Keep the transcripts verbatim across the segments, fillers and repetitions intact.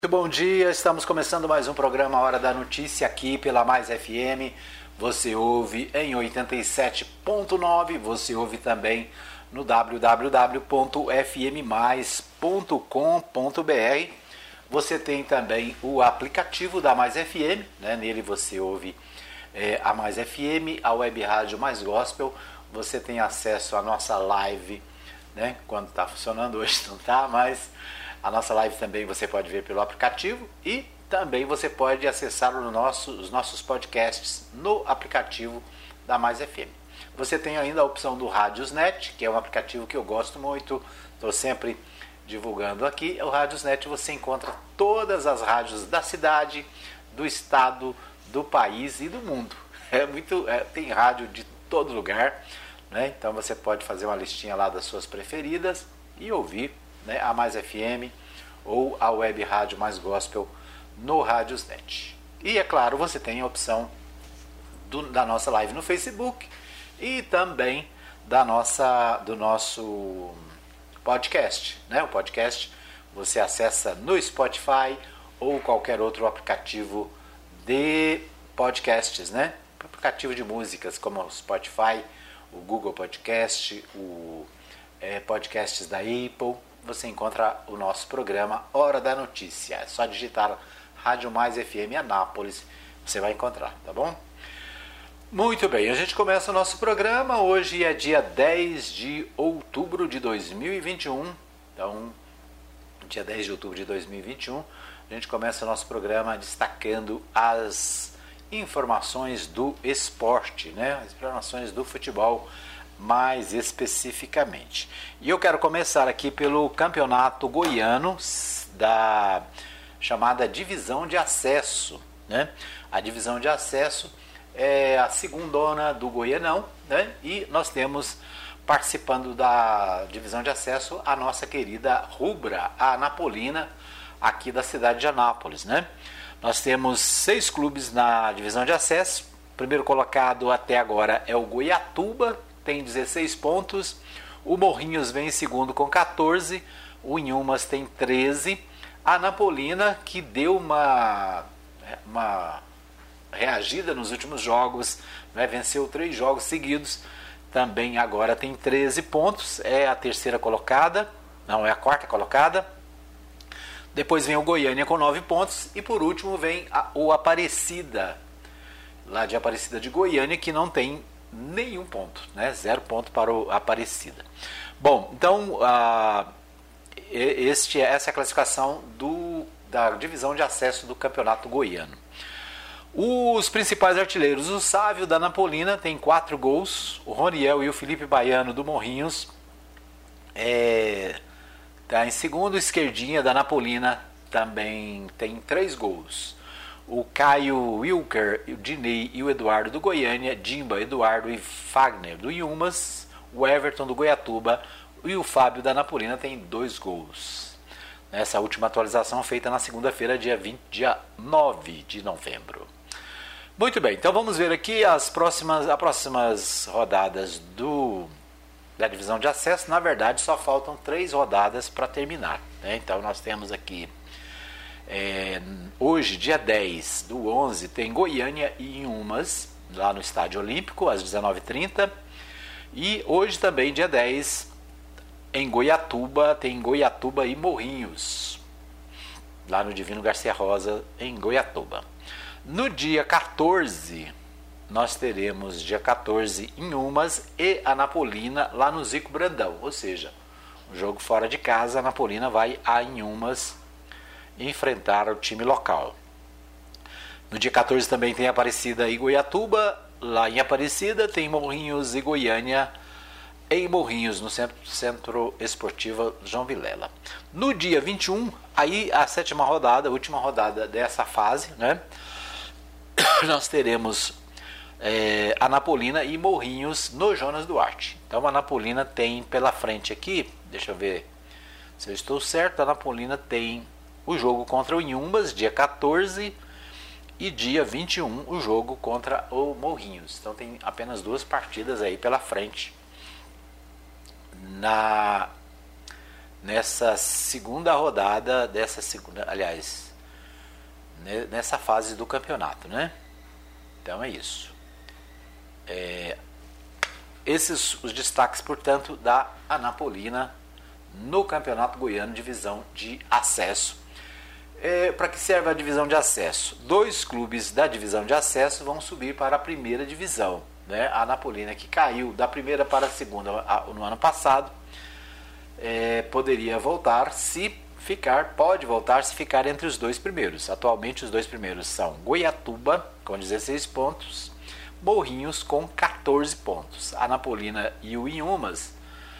Muito bom dia, estamos começando mais um programa Hora da Notícia aqui pela Mais F M. Você ouve em oitenta e sete ponto nove, você ouve também no w w w ponto f m mais ponto com ponto b r. Você tem também o aplicativo da Mais F M, né? Nele você ouve é, a Mais F M, a Web Rádio Mais Gospel. Você tem acesso à nossa live, né? Quando está funcionando, hoje não está, mas a nossa live também você pode ver pelo aplicativo e também você pode acessar o nosso, os nossos podcasts no aplicativo da Mais F M. Você tem ainda a opção do Radiosnet, que é um aplicativo que eu gosto muito, estou sempre divulgando aqui. O Radiosnet você encontra todas as rádios da cidade, do estado, do país e do mundo. É muito, é, tem rádio de todo lugar, né? Então você pode fazer uma listinha lá das suas preferidas e ouvir, né, a Mais F M ou a Web Rádio Mais Gospel no Radiosnet. E é claro, você tem a opção do, da nossa live no Facebook e também da nossa, do nosso podcast, né? O podcast você acessa no Spotify ou qualquer outro aplicativo de podcasts, né? Aplicativo de músicas como o Spotify, o Google Podcast, o é, podcasts da Apple. Você encontra o nosso programa Hora da Notícia. É só digitar Rádio Mais F M Anápolis, você vai encontrar, tá bom? Muito bem, a gente começa o nosso programa. Hoje é dia dez de outubro de dois mil e vinte e um. Então, dia dez de outubro de dois mil e vinte e um, a gente começa o nosso programa destacando as informações do esporte, né? As informações do futebol, mais especificamente. E eu quero começar aqui pelo campeonato goiano da chamada divisão de acesso, né? A divisão de acesso é a segundona do Goianão, né? E nós temos participando da divisão de acesso a nossa querida Rubra, a Anapolina, aqui da cidade de Anápolis, né? Nós temos seis clubes na divisão de acesso. O primeiro colocado até agora é o Goiatuba, tem dezesseis pontos, o Morrinhos vem em segundo com catorze, o Inhumas tem treze, a Anapolina, que deu uma, uma reagida nos últimos jogos, né, venceu três jogos seguidos, também agora tem treze pontos, é a terceira colocada, não, é a quarta colocada. Depois vem o Goiânia com nove pontos e por último vem a, o Aparecida, lá de Aparecida de Goiânia, que não tem nenhum ponto, né? Zero ponto para o Aparecida. Bom, então a, este, essa é a classificação do, da divisão de acesso do campeonato goiano. Os principais artilheiros: o Sávio da Anapolina tem quatro gols, o Roniel e o Felipe Baiano do Morrinhos é, tá em segundo. O Esquerdinha da Anapolina também tem três gols. O Caio Wilker, o Dinei e o Eduardo do Goiânia, Dimba, Eduardo e Fagner do Inhumas, o Everton do Goiatuba e o Fábio da Anapolina tem dois gols. Essa última atualização feita na segunda-feira, dia, vinte, dia nove de novembro. Muito bem, então vamos ver aqui as próximas, as próximas rodadas do, da divisão de acesso. Na verdade, só faltam três rodadas para terminar, né? Então nós temos aqui É, hoje, dia dez do onze, tem Goiânia e Inhumas, lá no Estádio Olímpico, às dezenove e trinta. E hoje também, dia dez, em Goiatuba, tem Goiatuba e Morrinhos, lá no Divino Garcia Rosa, em Goiatuba. No dia quatorze, nós teremos, dia quatorze, Inhumas e Anapolina, lá no Zico Brandão. Ou seja, um jogo fora de casa, a Anapolina vai a Inhumas enfrentar o time local. No dia quatorze também tem Aparecida e Goiatuba. Lá em Aparecida tem Morrinhos e Goiânia em Morrinhos, no Centro, Centro Esportivo João Vilela. No dia vinte e um, aí a sétima rodada, a última rodada dessa fase, né? Nós teremos é, Anapolina e Morrinhos no Jonas Duarte. Então a Anapolina tem pela frente aqui, deixa eu ver se eu estou certo, a Anapolina tem o jogo contra o Inhumas, dia quatorze, e dia vinte e um, o jogo contra o Morrinhos. Então tem apenas duas partidas aí pela frente na nessa segunda rodada dessa segunda, aliás, nessa fase do campeonato, né? Então é isso. É, esses os destaques, portanto, da Anapolina no Campeonato Goiano, divisão de acesso. É, para que serve a divisão de acesso? Dois clubes da divisão de acesso vão subir para a primeira divisão, né? A Anapolina, que caiu da primeira para a segunda no ano passado, é, poderia voltar se ficar, pode voltar se ficar entre os dois primeiros. Atualmente os dois primeiros são Goiatuba com dezesseis pontos, Morrinhos com quatorze pontos. A Anapolina e o Inhumas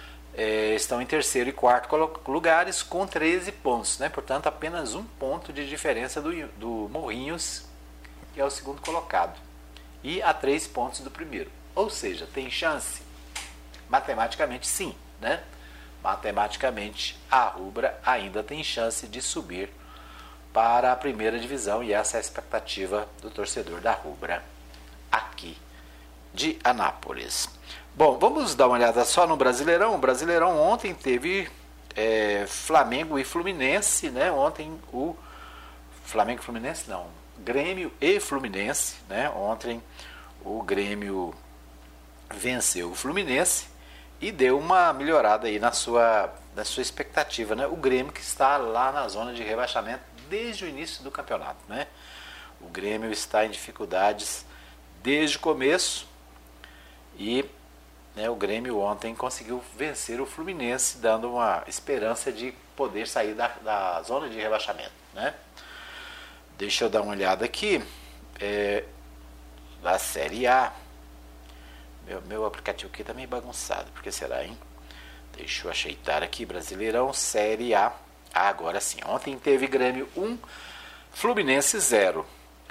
é, estão em terceiro e quarto lugares com treze pontos, né? Portanto, apenas um ponto de diferença do, do Morrinhos, que é o segundo colocado, e a três pontos do primeiro. Ou seja, tem chance? Matematicamente sim, né? Matematicamente a Rubra ainda tem chance de subir para a primeira divisão, e essa é a expectativa do torcedor da Rubra aqui de Anápolis. Bom, vamos dar uma olhada só no Brasileirão. O Brasileirão ontem teve é, Flamengo e Fluminense, né? Ontem o Flamengo e Fluminense, não, Grêmio e Fluminense, né? Ontem o Grêmio venceu o Fluminense e deu uma melhorada aí na sua, na sua expectativa, né? O Grêmio, que está lá na zona de rebaixamento desde o início do campeonato, né? O Grêmio está em dificuldades desde o começo e, né, o Grêmio ontem conseguiu vencer o Fluminense, dando uma esperança de poder sair da, da zona de rebaixamento, né? Deixa eu dar uma olhada aqui, é, da Série A. Meu, meu aplicativo aqui está meio bagunçado, por que será, hein? Deixa eu ajeitar aqui, Brasileirão, Série A. Ah, agora sim, ontem teve Grêmio um, Fluminense zero.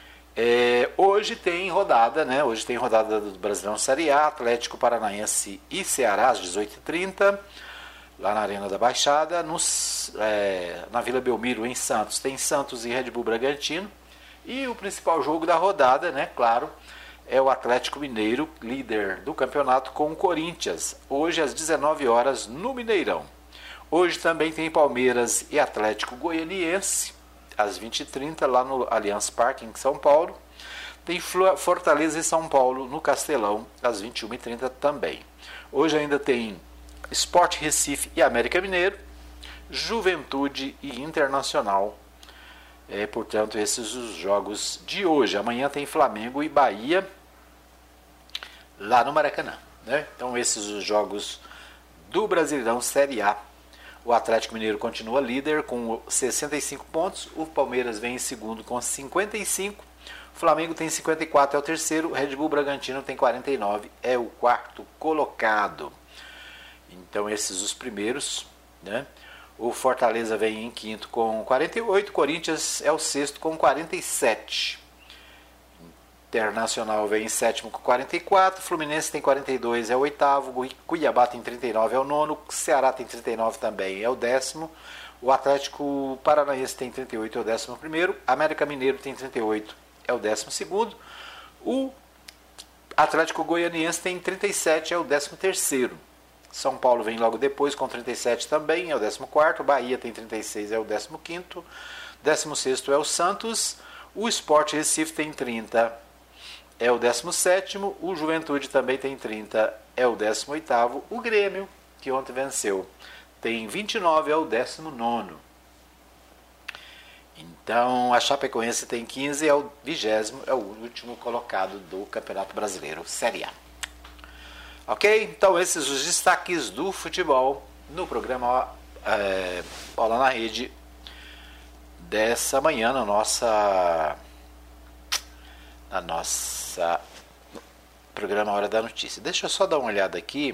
É, hoje tem rodada, né? Hoje tem rodada do Brasileirão Série A, Atlético Paranaense e Ceará às dezoito e trinta, lá na Arena da Baixada. Nos, é, na Vila Belmiro, em Santos, tem Santos e Red Bull Bragantino. E o principal jogo da rodada, né? Claro, é o Atlético Mineiro, líder do campeonato, com o Corinthians, hoje às dezenove horas no Mineirão. Hoje também tem Palmeiras e Atlético Goianiense às vinte e trinta, lá no Allianz Parque, em São Paulo. Tem Fortaleza e São Paulo no Castelão, às vinte e uma e trinta também. Hoje ainda tem Sport Recife e América Mineiro, Juventude e Internacional. É, portanto, esses os jogos de hoje. Amanhã tem Flamengo e Bahia, lá no Maracanã, né? Então, esses os jogos do Brasileirão Série A. O Atlético Mineiro continua líder com sessenta e cinco pontos, o Palmeiras vem em segundo com cinquenta e cinco, o Flamengo tem cinquenta e quatro, é o terceiro, o Red Bull Bragantino tem quarenta e nove, é o quarto colocado. Então esses os primeiros, né? O Fortaleza vem em quinto com quarenta e oito, o Corinthians é o sexto com quarenta e sete. Internacional vem em sétimo com quarenta e quatro, Fluminense tem quarenta e dois, é o oitavo, Cuiabá tem trinta e nove, é o nono, Ceará tem trinta e nove também, é o décimo, o Atlético Paranaense tem trinta e oito, é o décimo primeiro, América Mineiro tem trinta e oito, é o décimo segundo, o Atlético Goianiense tem trinta e sete, é o décimo terceiro, São Paulo vem logo depois com trinta e sete também, é o décimo quarto, Bahia tem trinta e seis, é o décimo quinto, décimo sexto é o Santos, o Sport Recife tem trinta, é o décimo sétimo, o Juventude também tem trinta, é o décimo oitavo, o Grêmio, que ontem venceu, tem vinte e nove, é o décimo nono. Então, a Chapecoense tem quinze, é o vigésimo, é o último colocado do Campeonato Brasileiro, Série A. Ok? Então, esses os destaques do futebol no programa é, Bola na Rede dessa manhã, na nossa... a nossa programa Hora da Notícia. Deixa eu só dar uma olhada aqui.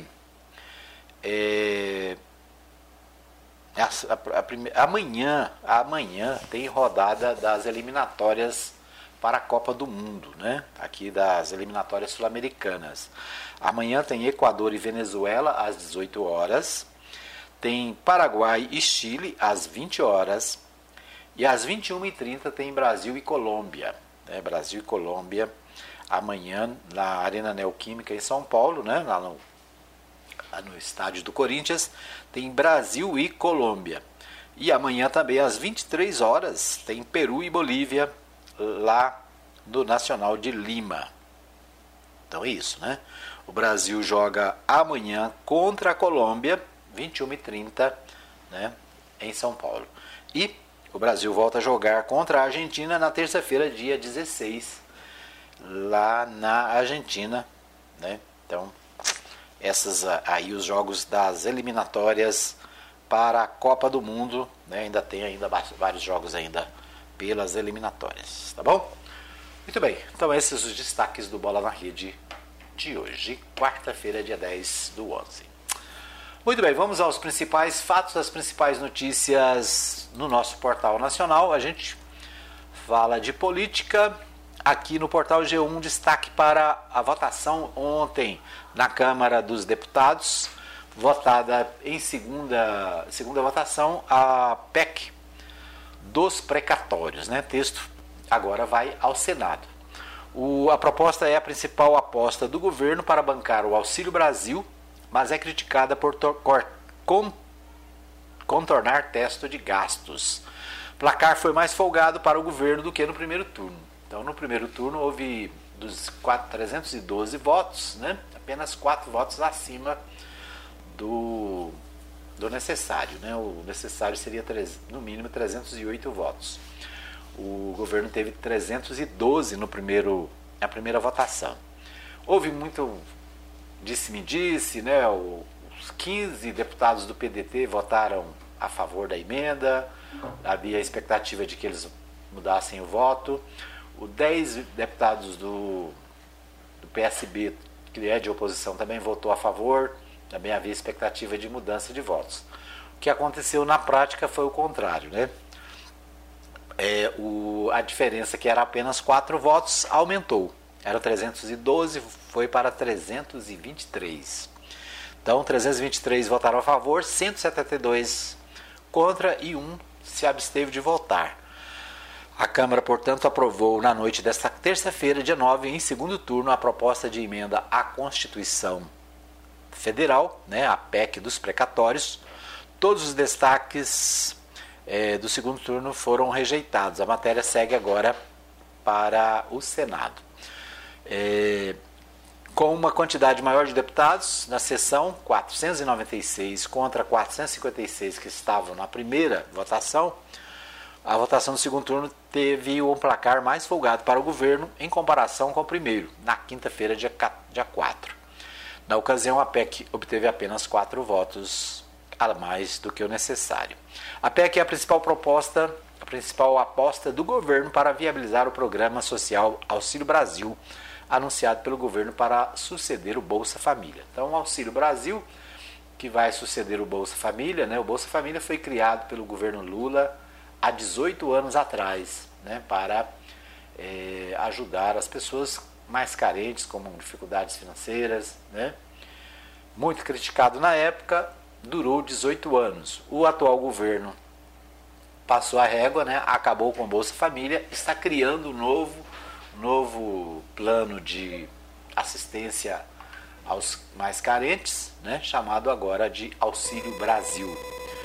É, a, a, a prime, amanhã, amanhã tem rodada das eliminatórias para a Copa do Mundo, né? Aqui das eliminatórias sul-americanas. Amanhã tem Equador e Venezuela às dezoito horas. Tem Paraguai e Chile às vinte horas. E às vinte e uma e trinta tem Brasil e Colômbia. É, Brasil e Colômbia, amanhã na Arena Neoquímica em São Paulo, né, lá no, lá no estádio do Corinthians, tem Brasil e Colômbia. E amanhã também às vinte e três horas tem Peru e Bolívia lá do Nacional de Lima. Então é isso, né? O Brasil joga amanhã contra a Colômbia, vinte e uma e trinta, né, em São Paulo. E o Brasil volta a jogar contra a Argentina na terça-feira, dia dezesseis, lá na Argentina, né? Então, esses aí os jogos das eliminatórias para a Copa do Mundo, né? Ainda tem ainda vários jogos ainda pelas eliminatórias, tá bom? Muito bem, então esses os destaques do Bola na Rede de hoje, quarta-feira, dia dez do onze. Muito bem, vamos aos principais fatos, as principais notícias no nosso portal nacional. A gente fala de política. Aqui no portal G um, destaque para a votação ontem na Câmara dos Deputados, votada em segunda, segunda votação a P E C dos precatórios, né? Texto agora vai ao Senado. O, a proposta é a principal aposta do governo para bancar o Auxílio Brasil, mas é criticada por tor, cor, con, contornar teto de gastos. O placar foi mais folgado para o governo do que no primeiro turno. Então, no primeiro turno, houve dos trezentos e doze votos, né? Apenas quatro votos acima do, do necessário. Né? O necessário seria, no mínimo, trezentos e oito votos. O governo teve trezentos e doze no primeiro, na primeira votação. Houve muito disse-me-disse, né? Os quinze deputados do P D T votaram a favor da emenda, havia a expectativa de que eles mudassem o voto. Os dez deputados do, do P S B, que é de oposição, também votou a favor, também havia expectativa de mudança de votos. O que aconteceu na prática foi o contrário, né? É, o, a diferença, que era apenas quatro votos, aumentou. Era trezentos e doze, foi para trezentos e vinte e três. Então, trezentos e vinte e três votaram a favor, cento e setenta e dois contra e um se absteve de votar. A Câmara, portanto, aprovou na noite desta terça-feira, dia nove, em segundo turno, a proposta de emenda à Constituição Federal, né, a P E C dos precatórios. Todos os destaques é, do segundo turno foram rejeitados. A matéria segue agora para o Senado. É, com uma quantidade maior de deputados na sessão, quatrocentos e noventa e seis contra quatrocentos e cinquenta e seis que estavam na primeira votação, a votação do segundo turno teve um placar mais folgado para o governo em comparação com o primeiro, na quinta-feira, dia quatro. Na ocasião, a P E C obteve apenas quatro votos a mais do que o necessário. A P E C é a principal proposta, a principal aposta do governo para viabilizar o programa social Auxílio Brasil, anunciado pelo governo para suceder o Bolsa Família. Então, o Auxílio Brasil, que vai suceder o Bolsa Família, né? O Bolsa Família foi criado pelo governo Lula há dezoito anos atrás, né? Para é, ajudar as pessoas mais carentes, com dificuldades financeiras, né? Muito criticado na época, durou dezoito anos. O atual governo passou a régua, né? Acabou com o Bolsa Família, está criando um novo novo plano de assistência aos mais carentes, né, chamado agora de Auxílio Brasil.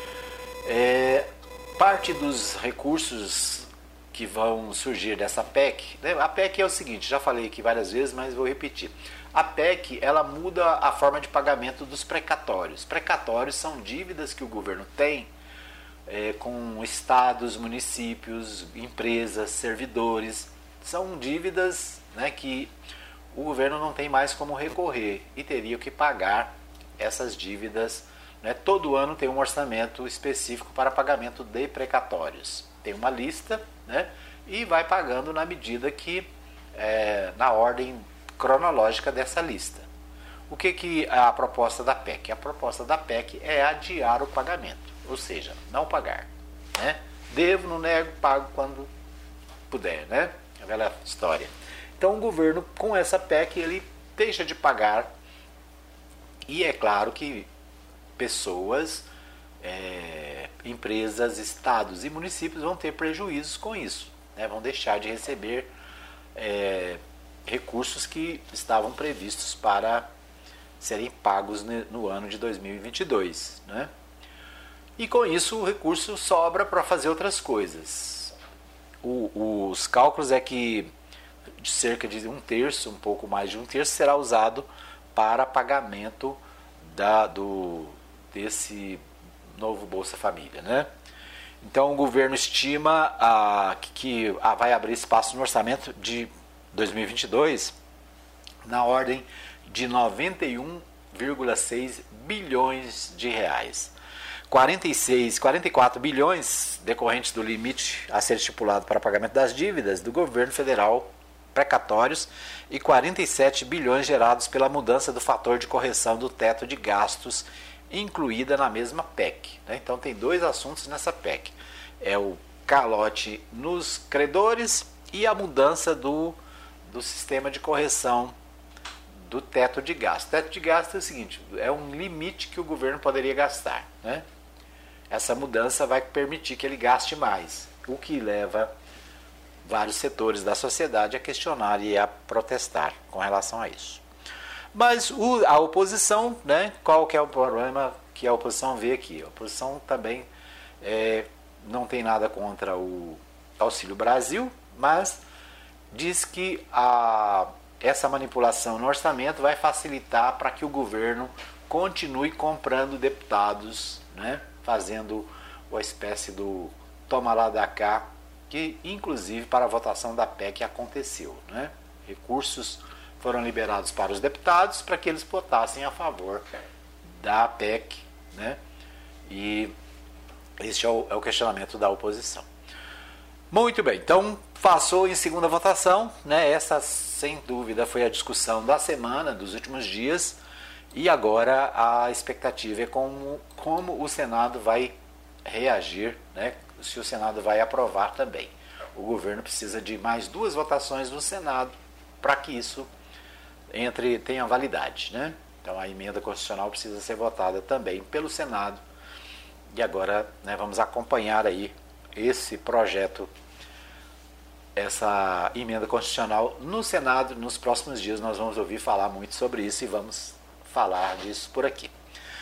É, parte dos recursos que vão surgir dessa P E C, né, a P E C é o seguinte, já falei aqui várias vezes, mas vou repetir. A P E C, ela muda a forma de pagamento dos precatórios. Precatórios são dívidas que o governo tem é, com estados, municípios, empresas, servidores. São dívidas, né, que o governo não tem mais como recorrer e teria que pagar essas dívidas, né? Todo ano tem um orçamento específico para pagamento de precatórios. Tem uma lista, né, e vai pagando na medida que, é, na ordem cronológica dessa lista. O que, que é a proposta da P E C? A proposta da P E C é adiar o pagamento, ou seja, não pagar, né? Devo, não nego, pago quando puder, né? Aquela história. Então o governo, com essa P E C, ele deixa de pagar, e é claro que pessoas, é, empresas, estados e municípios vão ter prejuízos com isso, né? Vão deixar de receber é, recursos que estavam previstos para serem pagos no ano de dois mil e vinte e dois, né? E com isso o recurso sobra para fazer outras coisas. o, os cálculos é que de cerca de um terço, um pouco mais de um terço, será usado para pagamento da, do, desse novo Bolsa Família, né? Então o governo estima a, que, que a, vai abrir espaço no orçamento de dois mil e vinte e dois na ordem de noventa e um vírgula seis bilhões de reais. quarenta e seis, quarenta e quatro bilhões decorrentes do limite a ser estipulado para pagamento das dívidas do governo federal precatórios e quarenta e sete bilhões gerados pela mudança do fator de correção do teto de gastos incluída na mesma P E C. Né? Então tem dois assuntos nessa P E C. É o calote nos credores e a mudança do, do sistema de correção do teto de gasto. O teto de gasto é o seguinte, é um limite que o governo poderia gastar. Né? Essa mudança vai permitir que ele gaste mais, o que leva vários setores da sociedade a questionar e a protestar com relação a isso. Mas o, a oposição, né, qual que é o problema que a oposição vê aqui? A oposição também é, não tem nada contra o Auxílio Brasil, mas diz que a, essa manipulação no orçamento vai facilitar para que o governo continue comprando deputados, né, fazendo uma espécie do toma lá da cá, que inclusive para a votação da P E C aconteceu. Né? Recursos foram liberados para os deputados para que eles votassem a favor da P E C, né? E este é o, é o questionamento da oposição. Muito bem, então passou em segunda votação, né? Essa sem dúvida foi a discussão da semana, dos últimos dias, e agora a expectativa é como, como o Senado vai reagir, né? Se o Senado vai aprovar também. O governo precisa de mais duas votações no Senado para que isso entre, tenha validade. Né? Então a emenda constitucional precisa ser votada também pelo Senado. E agora, né, vamos acompanhar aí esse projeto, essa emenda constitucional no Senado. Nos próximos dias nós vamos ouvir falar muito sobre isso e vamos falar disso por aqui.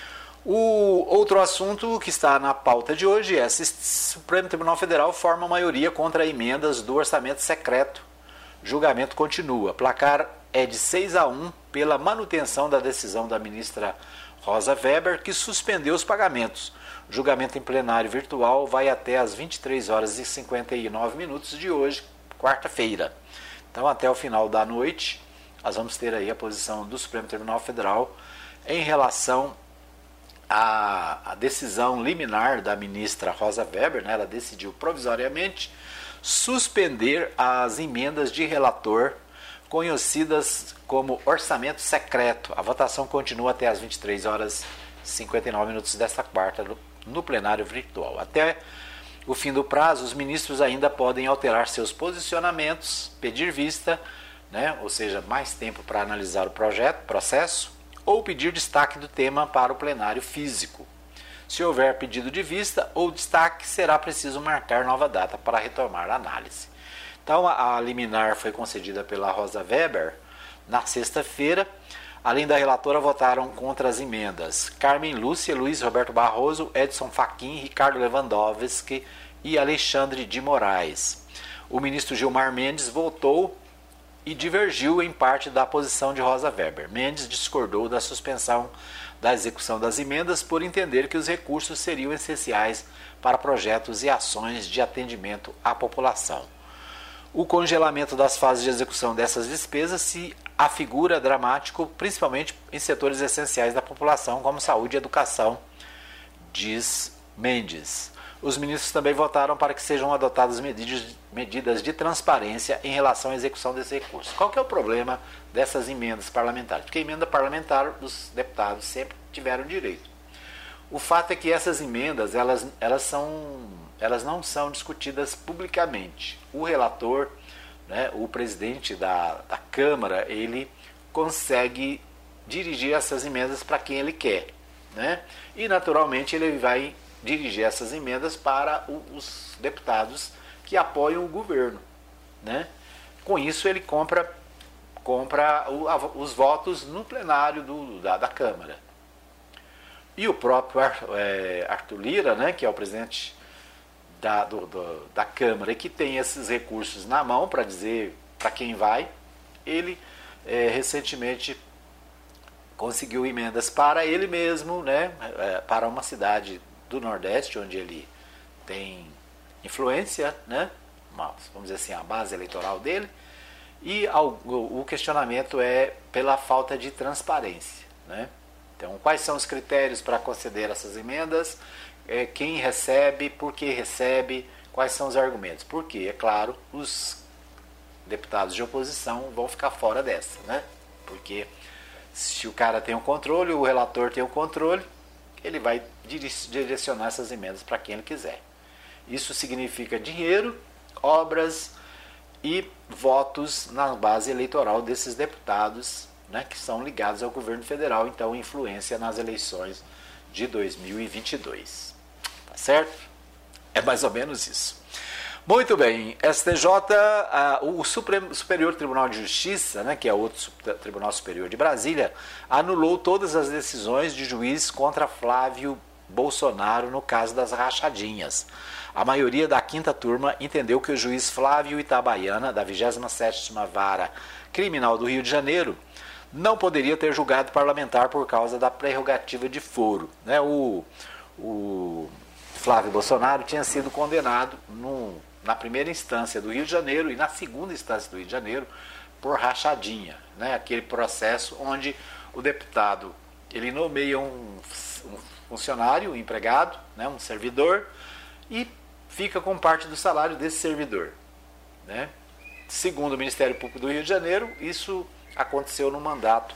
O outro assunto que está na pauta de hoje é se o Supremo Tribunal Federal forma maioria contra emendas do orçamento secreto. Julgamento continua. Placar é de seis a um pela manutenção da decisão da ministra Rosa Weber, que suspendeu os pagamentos. O julgamento em plenário virtual vai até às vinte e três horas e cinquenta e nove minutos de hoje, quarta-feira. Então, até o final da noite, nós vamos ter aí a posição do Supremo Tribunal Federal em relação A, a decisão liminar da ministra Rosa Weber, né, ela decidiu provisoriamente suspender as emendas de relator conhecidas como orçamento secreto. A votação continua até às vinte e três horas e cinquenta e nove minutos desta quarta no, no plenário virtual. Até o fim do prazo, os ministros ainda podem alterar seus posicionamentos, pedir vista, né, ou seja, mais tempo para analisar o projeto, processo, ou pedir destaque do tema para o plenário físico. Se houver pedido de vista ou destaque, será preciso marcar nova data para retomar a análise. Então, a liminar foi concedida pela Rosa Weber na sexta-feira. Além da relatora, votaram contra as emendas Carmen Lúcia, Luiz Roberto Barroso, Edson Fachin, Ricardo Lewandowski e Alexandre de Moraes. O ministro Gilmar Mendes votou e divergiu em parte da posição de Rosa Weber. Mendes discordou da suspensão da execução das emendas por entender que os recursos seriam essenciais para projetos e ações de atendimento à população. O congelamento das fases de execução dessas despesas se afigura dramático, principalmente em setores essenciais da população, como saúde e educação, diz Mendes. Os ministros também votaram para que sejam adotadas medidas de transparência em relação à execução desses recursos. Qual que é o problema dessas emendas parlamentares? Porque a emenda parlamentar, os deputados sempre tiveram direito. O fato é que essas emendas, elas, elas, são, elas não são discutidas publicamente. O relator, né, o presidente da, da Câmara, ele consegue dirigir essas emendas para quem ele quer. Né? E, naturalmente, ele vai dirigir essas emendas para os deputados que apoiam o governo. Né? Com isso, ele compra, compra os votos no plenário do, da, da Câmara. E o próprio é, Arthur Lira, né, que é o presidente da, do, do, da Câmara, que tem esses recursos na mão para dizer para quem vai, ele é, recentemente conseguiu emendas para ele mesmo, né, é, para uma cidade do Nordeste, onde ele tem influência, né, uma, vamos dizer assim, a base eleitoral dele, e ao, o questionamento é pela falta de transparência, né? Então, quais são os critérios para conceder essas emendas? É, quem recebe, por que recebe, quais são os argumentos? Porque, é claro, os deputados de oposição vão ficar fora dessa, né? Porque se o cara tem o controle, o relator tem o controle, ele vai direcionar essas emendas para quem ele quiser. Isso significa dinheiro, obras e votos na base eleitoral desses deputados, né, que são ligados ao governo federal, então influência nas eleições de dois mil e vinte e dois. Tá certo? É mais ou menos isso. Muito bem, S T J, uh, o Supremo, Superior Tribunal de Justiça, né, que é outro Tribunal Superior de Brasília, anulou todas as decisões de juiz contra Flávio Bolsonaro no caso das rachadinhas. A maioria da quinta turma entendeu que o juiz Flávio Itabaiana, da vigésima sétima Vara Criminal do Rio de Janeiro, não poderia ter julgado parlamentar por causa da prerrogativa de foro. Né? O, o Flávio Bolsonaro tinha sido condenado no, na primeira instância do Rio de Janeiro e na segunda instância do Rio de Janeiro por rachadinha. Né? Aquele processo onde o deputado ele nomeia um, um funcionário, um empregado, né? um servidor, e fica com parte do salário desse servidor. Né? Segundo o Ministério Público do Rio de Janeiro, isso aconteceu no mandato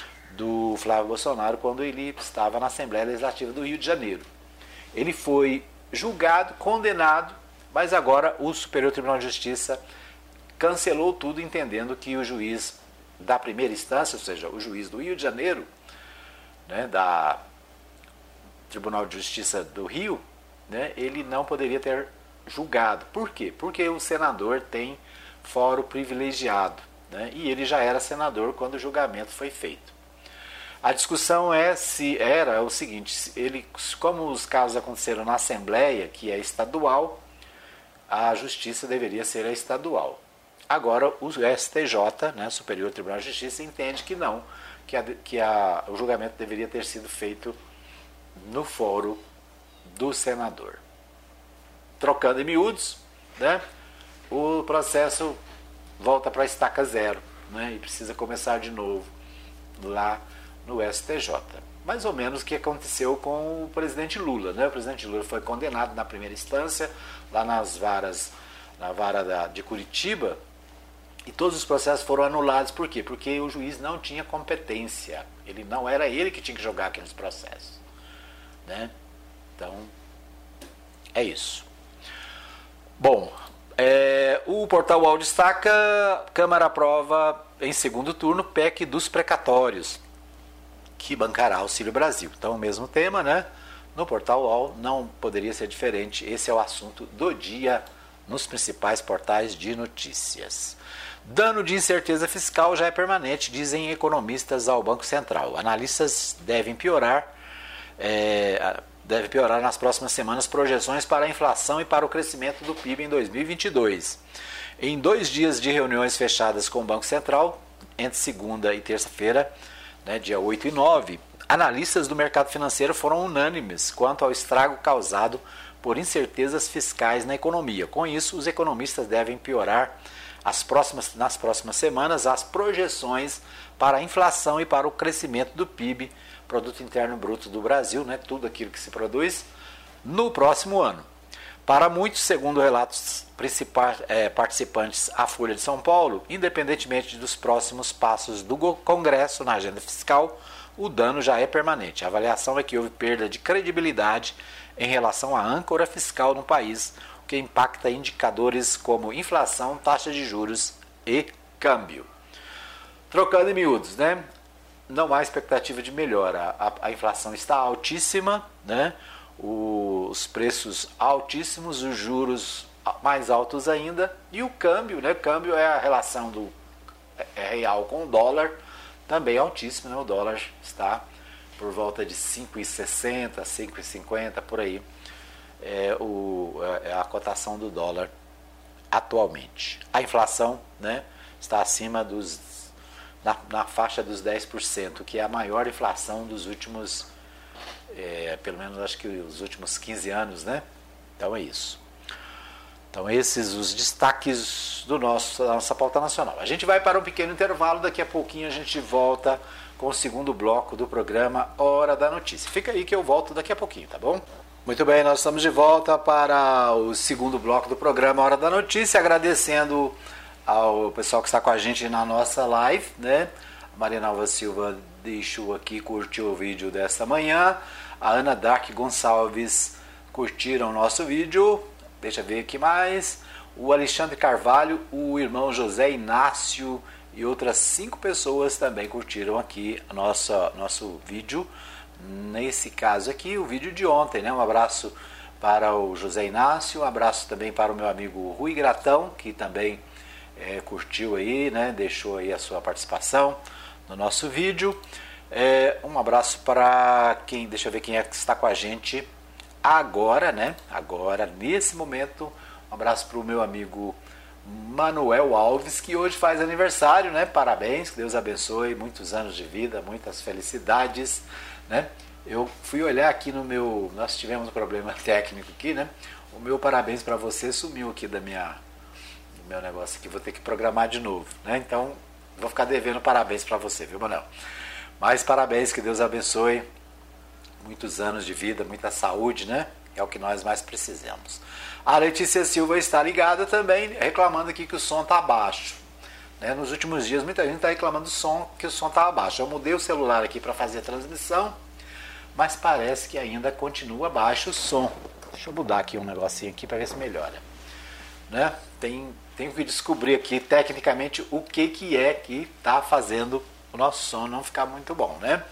do Flávio Bolsonaro, quando ele estava na Assembleia Legislativa do Rio de Janeiro. Ele foi julgado, condenado, mas agora o Superior Tribunal de Justiça cancelou tudo, entendendo que o juiz da primeira instância, ou seja, o juiz do Rio de Janeiro, né, da Tribunal de Justiça do Rio, né, ele não poderia ter julgado. Por quê? Porque o senador tem foro privilegiado. Né? E ele já era senador quando o julgamento foi feito. A discussão é se era o seguinte, ele, como os casos aconteceram na Assembleia, que é estadual, a justiça deveria ser a estadual. Agora o S T J, né, Superior Tribunal de Justiça, entende que não, que, a, que a, o julgamento deveria ter sido feito no foro do senador. Trocando em miúdos, né, o processo volta para a estaca zero, né, e precisa começar de novo lá no S T J. Mais ou menos o que aconteceu com o presidente Lula. Né? O presidente Lula foi condenado na primeira instância, lá nas varas, na vara da, de Curitiba, e todos os processos foram anulados. Por quê? Porque o juiz não tinha competência. Ele não era ele que tinha que jogar aqueles processos. Né? Então, é isso. Bom, É, o Portal U O L destaca: Câmara aprova em segundo turno P E C dos precatórios, que bancará Auxílio Brasil. Então, o mesmo tema, né? No Portal U O L não poderia ser diferente. Esse é o assunto do dia nos principais portais de notícias. Dano de incerteza fiscal já é permanente, dizem economistas ao Banco Central. Analistas devem piorar. É, Deve piorar nas próximas semanas projeções para a inflação e para o crescimento do P I B em dois mil e vinte e dois. Em dois dias de reuniões fechadas com o Banco Central, entre segunda e terça-feira, né, dia oito e nove, analistas do mercado financeiro foram unânimes quanto ao estrago causado por incertezas fiscais na economia. Com isso, os economistas devem piorar as próximas, nas próximas semanas as projeções para a inflação e para o crescimento do P I B, Produto Interno Bruto do Brasil, né, tudo aquilo que se produz, no próximo ano. Para muitos, segundo relatos principais é, participantes à Folha de São Paulo, independentemente dos próximos passos do Congresso na agenda fiscal, o dano já é permanente. A avaliação é que houve perda de credibilidade em relação à âncora fiscal no país, o que impacta indicadores como inflação, taxa de juros e câmbio. Trocando em miúdos, né? Não há expectativa de melhora. A, a, a inflação está altíssima, né? O, os preços altíssimos, os juros mais altos ainda, e o câmbio, né? O câmbio é a relação do é real com o dólar, também altíssimo, né? O dólar está por volta de cinco e sessenta, cinco e cinquenta, por aí. é, o, é a cotação do dólar atualmente. A inflação, né, está acima dos, na, na faixa dos dez por cento, que é a maior inflação dos últimos, é, pelo menos acho que os últimos quinze anos, né? Então é isso. Então esses os destaques do nosso, da nossa pauta nacional. A gente vai para um pequeno intervalo, daqui a pouquinho a gente volta com o segundo bloco do programa Hora da Notícia. Fica aí que eu volto daqui a pouquinho, tá bom? Muito bem, nós estamos de volta para o segundo bloco do programa Hora da Notícia, agradecendo ao pessoal que está com a gente na nossa live, né? A Marina Alva Silva deixou aqui, curtiu o vídeo desta manhã, a Ana Dark Gonçalves curtiram o nosso vídeo, deixa eu ver aqui mais, o Alexandre Carvalho, o irmão José Inácio e outras cinco pessoas também curtiram aqui a nossa, nosso vídeo. Nesse caso aqui, o vídeo de ontem, né? Um abraço para o José Inácio, um abraço também para o meu amigo Rui Gratão, que também é, curtiu aí, né? Deixou aí a sua participação no nosso vídeo. É, um abraço para quem, deixa eu ver quem é que está com a gente agora, né? Agora, nesse momento, um abraço para o meu amigo Manuel Alves, que hoje faz aniversário, né? Parabéns, que Deus abençoe, muitos anos de vida, muitas felicidades, né? Eu fui olhar aqui no meu, nós tivemos um problema técnico aqui, né? O meu parabéns para você sumiu aqui da minha, do meu negócio aqui, vou ter que programar de novo, né? Então, vou ficar devendo parabéns para você, viu, Manuel? Mas parabéns, que Deus abençoe, muitos anos de vida, muita saúde, né? É o que nós mais precisamos. A Letícia Silva está ligada também, reclamando aqui que o som está baixo. Né? Nos últimos dias, muita gente está reclamando do som, que o som está baixo. Eu mudei o celular aqui para fazer a transmissão, mas parece que ainda continua baixo o som. Deixa eu mudar aqui um negocinho aqui para ver se melhora. Né? Tem, tenho que descobrir aqui, tecnicamente, o que, que é que está fazendo o nosso som não ficar muito bom, né?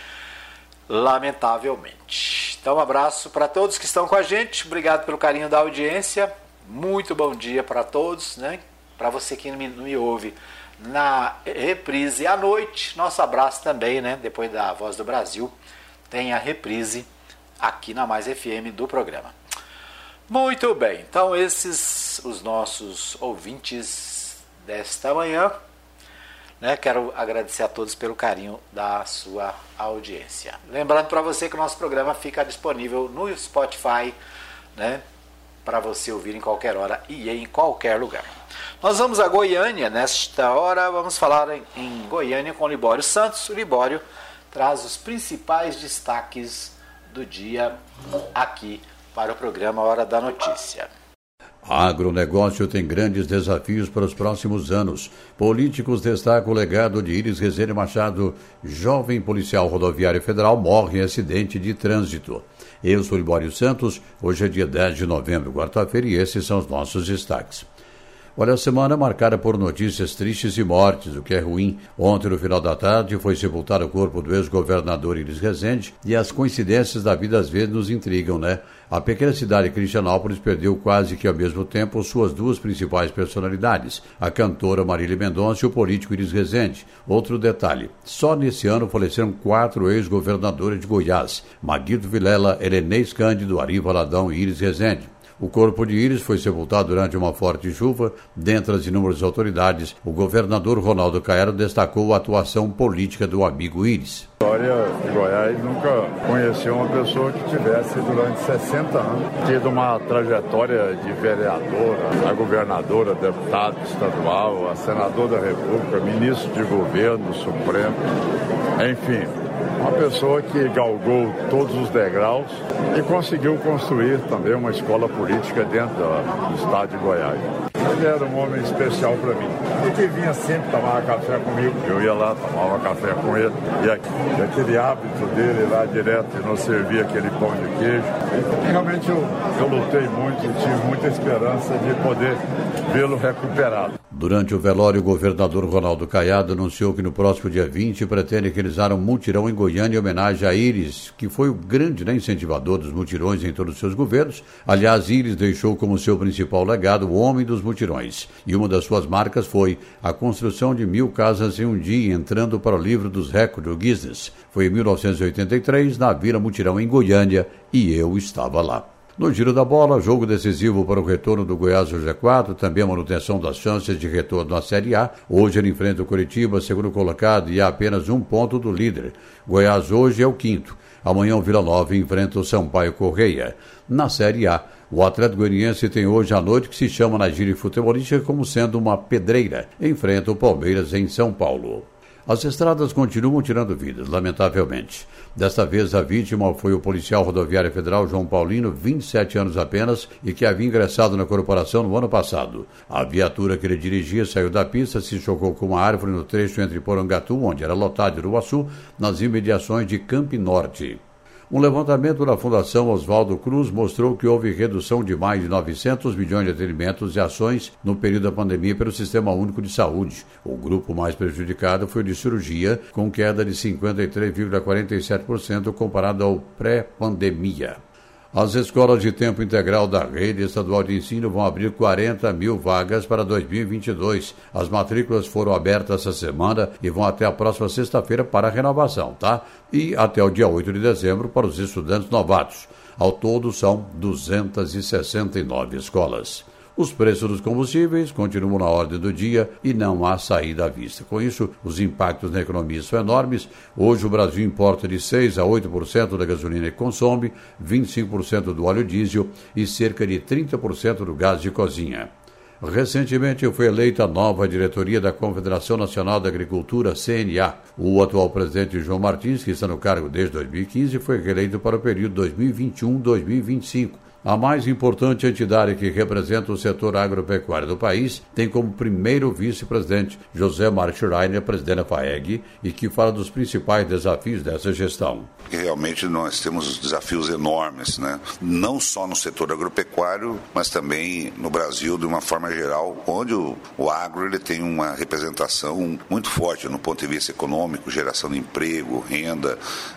Lamentavelmente. Então, um abraço para todos que estão com a gente. Obrigado pelo carinho da audiência. Muito bom dia para todos, né? Para você que me, me ouve na reprise à noite, nosso abraço também, né? Depois da Voz do Brasil, tem a reprise aqui na Mais F M do programa. Muito bem. Então, esses os nossos ouvintes desta manhã. Né, quero agradecer a todos pelo carinho da sua audiência. Lembrando para você que o nosso programa fica disponível no Spotify, né, para você ouvir em qualquer hora e em qualquer lugar. Nós vamos a Goiânia, nesta hora vamos falar em, em Goiânia com o Libório Santos. O Libório traz os principais destaques do dia aqui para o programa Hora da Notícia. Agronegócio tem grandes desafios para os próximos anos. Políticos destacam o legado de Iris Rezende Machado, jovem policial rodoviário federal, morre em acidente de trânsito. Eu sou Libório Santos, hoje é dia dez de novembro, quarta-feira, e esses são os nossos destaques. Olha, a semana marcada por notícias tristes e mortes, o que é ruim. Ontem, no final da tarde, foi sepultado o corpo do ex-governador Iris Rezende, e as coincidências da vida às vezes nos intrigam, né? A pequena cidade de Cristianópolis perdeu quase que ao mesmo tempo suas duas principais personalidades, a cantora Marília Mendonça e o político Iris Rezende. Outro detalhe, só nesse ano faleceram quatro ex-governadores de Goiás, Maguito Vilela, Helenês Cândido, Ari Valadão e Iris Rezende. O corpo de Iris foi sepultado durante uma forte chuva. Dentre as inúmeras autoridades, o governador Ronaldo Caiado destacou a atuação política do amigo Iris. A história de Goiás nunca conheceu uma pessoa que tivesse, durante sessenta anos, tido uma trajetória de vereadora, a governadora, deputado estadual, a senador da República, ministro de governo, Supremo, enfim. Uma pessoa que galgou todos os degraus e conseguiu construir também uma escola política dentro do estado de Goiás. Ele era um homem especial para mim. Ele que vinha sempre tomar café comigo. Eu ia lá, tomava café com ele. E aquele hábito dele lá direto de não servir aquele pão de queijo. E realmente eu, eu lutei muito e tive muita esperança de poder vê-lo recuperado. Durante o velório, o governador Ronaldo Caiado anunciou que no próximo dia vinte pretende realizar um mutirão em Goiânia em homenagem a Iris, que foi o grande, né, incentivador dos mutirões em todos os seus governos. Aliás, Iris deixou como seu principal legado o homem dos mutirões. E uma das suas marcas foi a construção de mil casas em um dia, entrando para o livro dos recordes do Guinness. Foi em mil novecentos e oitenta e três, na Vila Mutirão, em Goiânia, e eu estava lá. No giro da bola, jogo decisivo para o retorno do Goiás ao G quatro, também a manutenção das chances de retorno à Série A. Hoje ele enfrenta o Coritiba, segundo colocado, e há apenas um ponto do líder. Goiás hoje é o quinto. Amanhã o Vila Nova enfrenta o Sampaio Correia. Na Série A, o Atlético Goianiense tem hoje à noite, que se chama na gíria futebolística como sendo uma pedreira. Enfrenta o Palmeiras em São Paulo. As estradas continuam tirando vidas, lamentavelmente. Desta vez, a vítima foi o policial rodoviário federal João Paulino, vinte e sete anos apenas, e que havia ingressado na corporação no ano passado. A viatura que ele dirigia saiu da pista, se chocou com uma árvore no trecho entre Porangatu, onde era lotado, e Uruaçu, nas imediações de Campo Norte. Um levantamento da Fundação Oswaldo Cruz mostrou que houve redução de mais de novecentos milhões de atendimentos e ações no período da pandemia pelo Sistema Único de Saúde. O grupo mais prejudicado foi o de cirurgia, com queda de cinquenta e três vírgula quarenta e sete por cento comparado ao pré-pandemia. As escolas de tempo integral da rede estadual de ensino vão abrir quarenta mil vagas para dois mil e vinte e dois. As matrículas foram abertas essa semana e vão até a próxima sexta-feira para a renovação, tá? E até o dia oito de dezembro para os estudantes novatos. Ao todo são duzentas e sessenta e nove escolas. Os preços dos combustíveis continuam na ordem do dia e não há saída à vista. Com isso, os impactos na economia são enormes. Hoje o Brasil importa de seis a oito por cento da gasolina que consome, vinte e cinco por cento do óleo diesel e cerca de trinta por cento do gás de cozinha. Recentemente foi eleita a nova diretoria da Confederação Nacional da Agricultura, C N A. O atual presidente João Martins, que está no cargo desde dois mil e quinze, foi reeleito para o período dois mil e vinte e um a dois mil e vinte e cinco. A mais importante entidade que representa o setor agropecuário do país tem como primeiro vice-presidente José Mark Schreiner, presidente da FAEG, e que fala dos principais desafios dessa gestão. Realmente nós temos desafios enormes, né? Não só no setor agropecuário, mas também no Brasil de uma forma geral, onde o, o agro ele tem uma representação muito forte no ponto de vista econômico, geração de emprego, renda,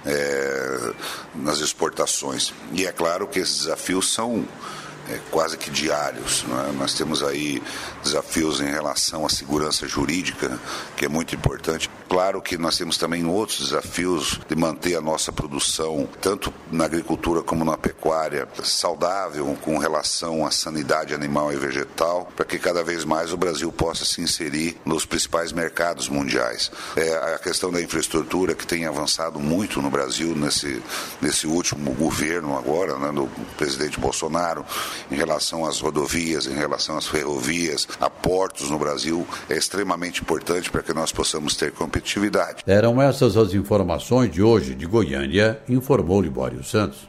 é, nas exportações. E é claro que esses desafios são é, quase que diários, não é? Nós temos aí desafios em relação à segurança jurídica, que é muito importante. Claro que nós temos também outros desafios de manter a nossa produção, tanto na agricultura como na pecuária, saudável com relação à sanidade animal e vegetal, para que cada vez mais o Brasil possa se inserir nos principais mercados mundiais. É a questão da infraestrutura que tem avançado muito no Brasil nesse, nesse último governo agora, né, do presidente Bolsonaro, em relação às rodovias, em relação às ferrovias, a portos no Brasil, é extremamente importante para que nós possamos ter competitividade. Eram essas as informações de hoje de Goiânia, informou Libório Santos.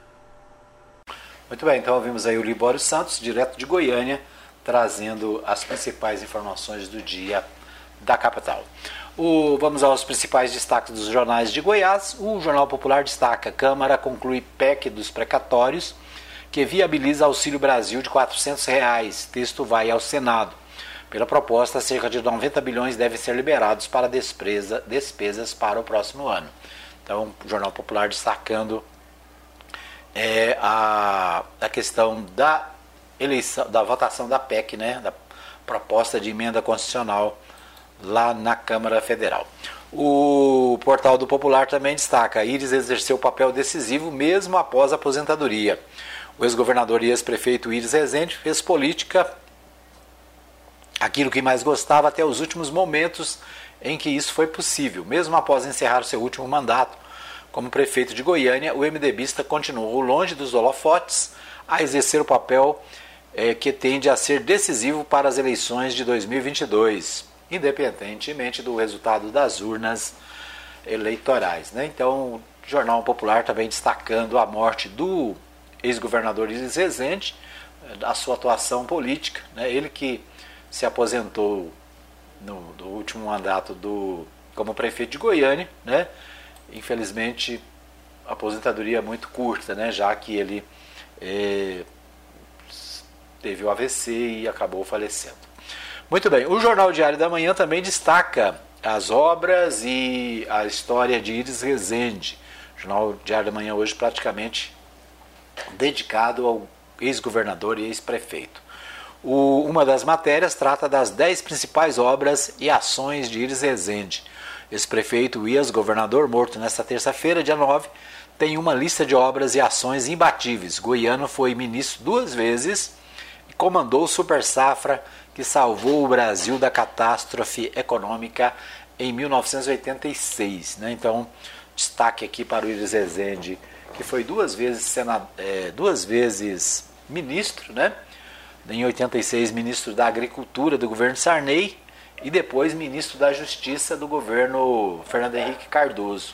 Muito bem, então ouvimos aí o Libório Santos, direto de Goiânia, trazendo as principais informações do dia da capital. O, vamos aos principais destaques dos jornais de Goiás. O Jornal Popular destaca: Câmara conclui P E C dos precatórios, que viabiliza Auxílio Brasil de quatrocentos reais. Texto vai ao Senado. Pela proposta, cerca de noventa bilhões devem ser liberados para despesa, despesas para o próximo ano. Então, o Jornal Popular destacando é, a, a questão da eleição, da votação da P E C, né, da proposta de emenda constitucional lá na Câmara Federal. O Portal do Popular também destaca: Íris exerceu papel decisivo mesmo após a aposentadoria. O ex-governador e ex-prefeito Íris Rezende fez política, aquilo que mais gostava, até os últimos momentos em que isso foi possível. Mesmo após encerrar seu último mandato como prefeito de Goiânia, o MDBista continuou longe dos holofotes a exercer o papel é, que tende a ser decisivo para as eleições de dois mil e vinte e dois, independentemente do resultado das urnas eleitorais, né? Então, o Jornal Popular também destacando a morte do ex-governador Íris Rezende, a sua atuação política, né? Ele que se aposentou no, no último mandato do, como prefeito de Goiânia, né? Infelizmente, aposentadoria muito curta, né? Já que ele é, teve o A V C e acabou falecendo. Muito bem, o Jornal Diário da Manhã também destaca as obras e a história de Íris Rezende. O Jornal Diário da Manhã hoje praticamente dedicado ao ex-governador e ex-prefeito. O, uma das matérias trata das dez principais obras e ações de Íris Rezende. Ex-prefeito e ex-governador, morto nesta terça-feira, dia nove, tem uma lista de obras e ações imbatíveis. Goiano foi ministro duas vezes e comandou o Super Safra, que salvou o Brasil da catástrofe econômica em mil novecentos e oitenta e seis. Né? Então, destaque aqui para o Iris Rezende, que foi duas vezes, senado, é, duas vezes ministro, né? Em oitenta e seis, ministro da Agricultura do governo Sarney e depois ministro da Justiça do governo Fernando Henrique Cardoso.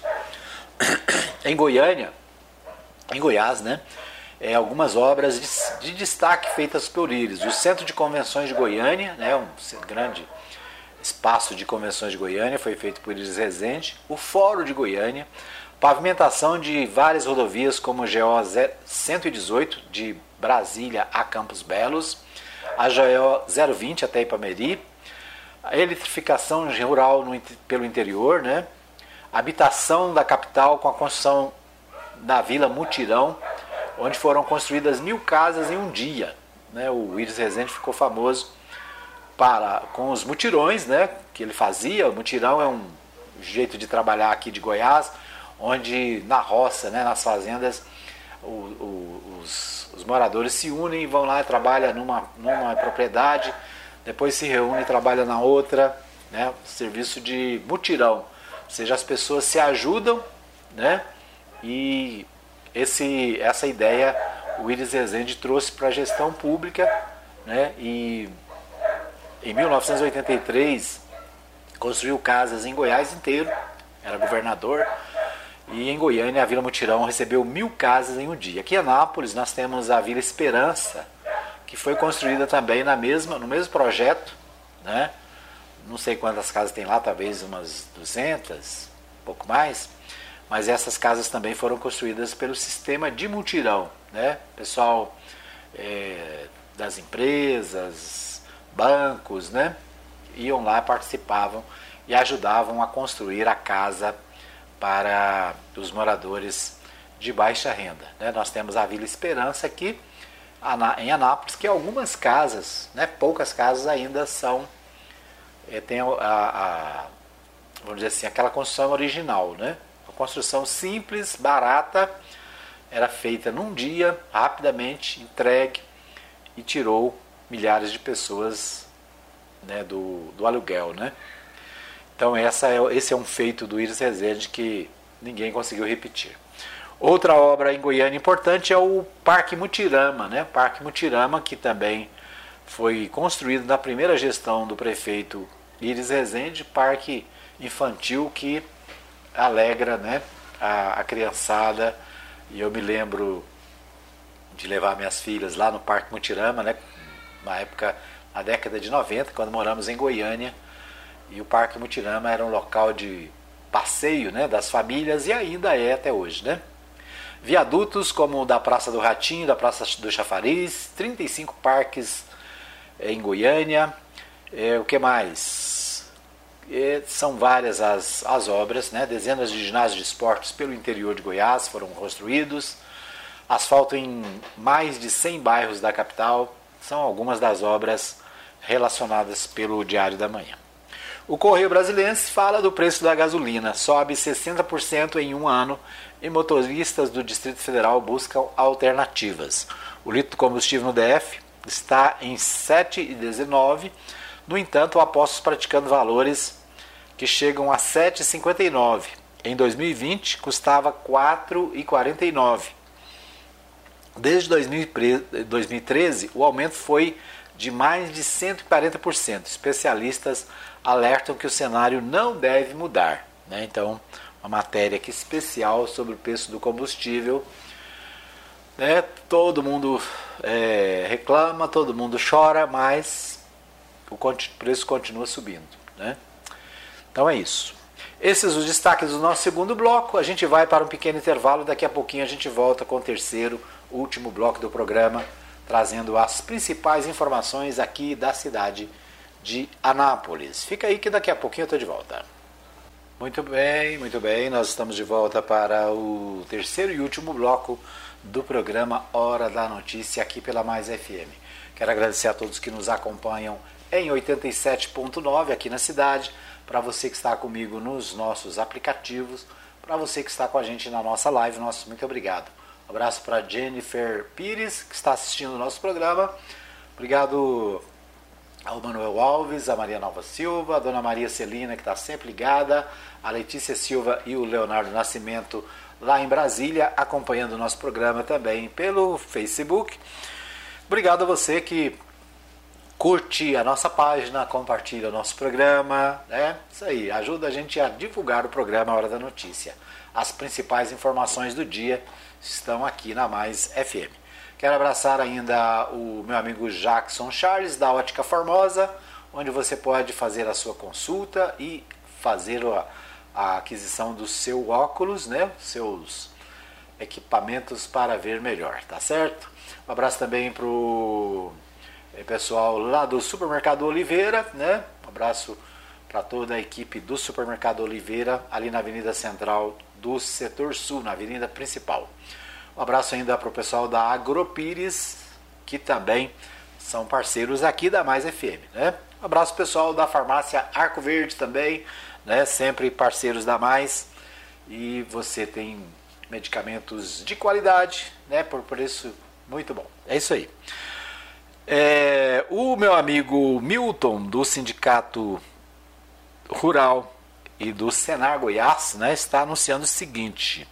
Em Goiânia, em Goiás, né, é, algumas obras de, de destaque feitas por Iris. O Centro de Convenções de Goiânia, né, um grande espaço de convenções de Goiânia, foi feito por Iris Rezende. O Fórum de Goiânia, pavimentação de várias rodovias como o G O cento e dezoito de Brasília a Campos Belos, a G O zero vinte até Ipameri, a eletrificação rural no, pelo interior, né? Habitação da capital com a construção da Vila Mutirão, onde foram construídas mil casas em um dia. Né? O Iris Rezende ficou famoso para, com os mutirões, né, que ele fazia. O mutirão é um jeito de trabalhar aqui de Goiás, onde na roça, né, nas fazendas, o, o, os, os moradores se unem e vão lá e trabalham numa, numa propriedade, depois se reúnem e trabalham na outra, né, serviço de mutirão. Ou seja, as pessoas se ajudam, né? E esse, essa ideia o Iris Rezende trouxe para a gestão pública, né? E em mil novecentos e oitenta e três construiu casas em Goiás inteiro, era governador, e em Goiânia a Vila Mutirão recebeu mil casas em um dia. Aqui em Anápolis nós temos a Vila Esperança, que foi construída também na mesma, no mesmo projeto, né? Não sei quantas casas tem lá, talvez umas duzentas, um pouco mais, mas essas casas também foram construídas pelo sistema de mutirão, né? Pessoal é, das empresas, bancos, né? Iam lá, participavam e ajudavam a construir a casa para os moradores de baixa renda, né? Nós temos a Vila Esperança aqui em Anápolis, que algumas casas, né, poucas casas ainda são É, tem a, a, vamos dizer assim, aquela construção original, né? A construção simples, barata, era feita num dia, rapidamente, entregue e tirou milhares de pessoas, né, do, do aluguel, né? Então essa é, esse é um feito do Iris Rezende que ninguém conseguiu repetir. Outra obra em Goiânia importante é o Parque Mutirama, né? Parque Mutirama, que também foi construído na primeira gestão do prefeito Iris Rezende, parque infantil que alegra, né, a, a criançada. E eu me lembro de levar minhas filhas lá no Parque Mutirama, né, na época, na década de noventa, quando moramos em Goiânia, e o Parque Mutirama era um local de passeio, né, das famílias, e ainda é até hoje, né. Viadutos como o da Praça do Ratinho, da Praça do Chafariz, trinta e cinco parques em Goiânia. É, o que mais? É, são várias as, as obras, né? Dezenas de ginásios de esportes pelo interior de Goiás foram construídos. Asfalto em mais de cem bairros da capital. São algumas das obras relacionadas pelo Diário da Manhã. O Correio Brasiliense fala do preço da gasolina. Sobe sessenta por cento em um ano e motoristas do Distrito Federal buscam alternativas. O litro de combustível no D F está em sete reais e dezenove centavos. No entanto, apostos praticando valores que chegam a sete reais e cinquenta e nove centavos. Em dois mil e vinte, custava quatro reais e quarenta e nove centavos. Desde dois mil e treze, o aumento foi de mais de cento e quarenta por cento. Especialistas alertam que o cenário não deve mudar, né? Então, uma matéria aqui especial sobre o preço do combustível. Né? Todo mundo é, reclama, todo mundo chora, mas o preço continua subindo, né? Então é isso. Esses os destaques do nosso segundo bloco. A gente vai para um pequeno intervalo, daqui a pouquinho a gente volta com o terceiro, último bloco do programa, trazendo as principais informações aqui da cidade de Anápolis. Fica aí que daqui a pouquinho eu estou de volta. Muito bem, muito bem, nós estamos de volta para o terceiro e último bloco do programa Hora da Notícia aqui pela Mais F M. Quero agradecer a todos que nos acompanham em oitenta e sete ponto nove aqui na cidade, para você que está comigo nos nossos aplicativos, Para você que está com a gente na nossa live, nosso muito obrigado. Um abraço para Jennifer Pires, que está assistindo o nosso programa. Obrigado ao Manuel Alves, a Maria Nova Silva, a Dona Maria Celina, que está sempre ligada, a Letícia Silva e o Leonardo Nascimento, lá em Brasília, acompanhando o nosso programa também pelo Facebook. Obrigado a você que curte a nossa página, compartilha o nosso programa, né? Isso aí, ajuda a gente a divulgar o programa Hora da Notícia. As principais informações do dia estão aqui na Mais F M. Quero abraçar ainda o meu amigo Jackson Charles, da Ótica Formosa, onde você pode fazer a sua consulta e fazer a, a aquisição do seu óculos, né? Seus equipamentos para ver melhor, tá certo? Um abraço também para o pessoal lá do Supermercado Oliveira, né? Um abraço para toda a equipe do Supermercado Oliveira, ali na Avenida Central do Setor Sul, na Avenida Principal. Um abraço ainda para o pessoal da Agropires, que também são parceiros aqui da Mais F M, né? Um abraço pessoal da Farmácia Arco Verde também, né? Sempre parceiros da Mais. E você tem medicamentos de qualidade, né? Por preço muito bom. É isso aí. É, o meu amigo Milton, do Sindicato Rural e do Senar Goiás, né, está anunciando o seguinte: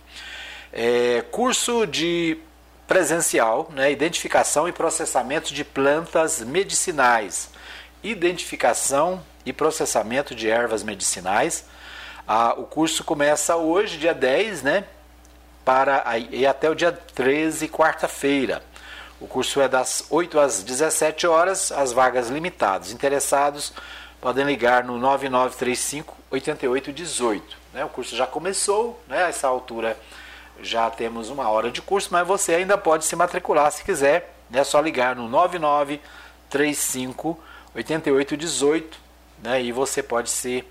é, curso de presencial, né, identificação e processamento de plantas medicinais, identificação e processamento de ervas medicinais. Ah, o curso começa hoje, dia dez, né, para, e até o dia treze, quarta-feira. O curso é das oito às dezessete horas, as vagas limitadas. Interessados podem ligar no nove nove três cinco, oito oito um oito. Né? O curso já começou, né? A essa altura já temos uma hora de curso, mas você ainda pode se matricular se quiser. É né? Só ligar no nove nove três cinco, oito oito um oito, né? E você pode se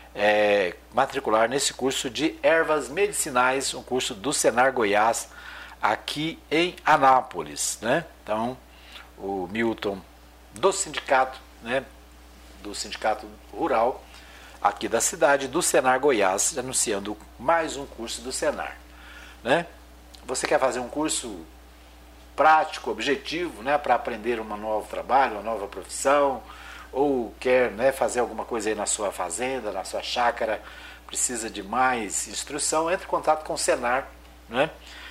é, matricular nesse curso de ervas medicinais, um curso do Senar Goiás, aqui em Anápolis, né? Então, o Milton do sindicato, né? Do Sindicato Rural aqui da cidade, do Senar Goiás, anunciando mais um curso do Senar, né? Você quer fazer um curso prático, objetivo, né? Para aprender um novo trabalho, uma nova profissão, ou quer, né, fazer alguma coisa aí na sua fazenda, na sua chácara, precisa de mais instrução, entre em contato com o Senar, né?